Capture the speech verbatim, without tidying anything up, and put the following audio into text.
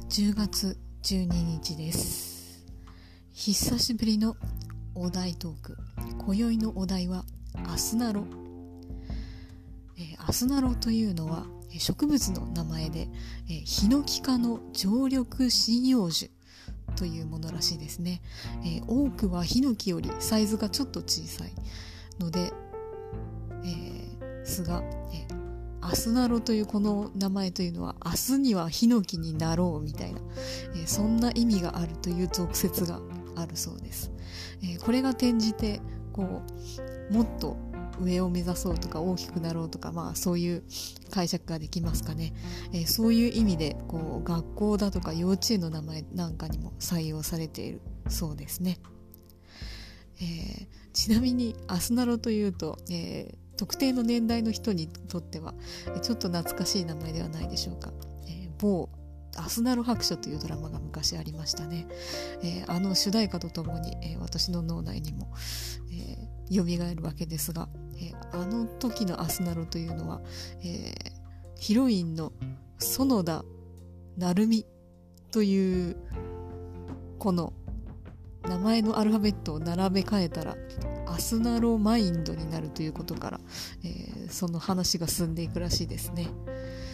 じゅうがつじゅうににちです。久しぶりのお題トーク。今宵のお題はアスナロ、えー、アスナロというのは植物の名前で、えー、ヒノキ科の常緑針葉樹というものらしいですね。えー、多くはヒノキよりサイズがちょっと小さいので、えー、すが、えーアスナロというこの名前というのは明日にはヒノキになろうみたいな、えー、そんな意味があるという俗説があるそうです。えー、これが転じてこうもっと上を目指そうとか大きくなろうとか、まあそういう解釈ができますかね。えー、そういう意味でこう学校だとか幼稚園の名前なんかにも採用されているそうですね。えー、ちなみにアスナロというと、えー特定の年代の人にとってはちょっと懐かしい名前ではないでしょうか。えー、某アスナロ白書というドラマが昔ありましたね。えー、あの主題歌とともに、えー、私の脳内にも、えー、蘇るわけですが、えー、あの時のアスナロというのは、えー、ヒロインの園田成美というこの名前のアルファベットを並べ替えたらアスナロマインドになるということから、えー、その話が進んでいくらしいですね。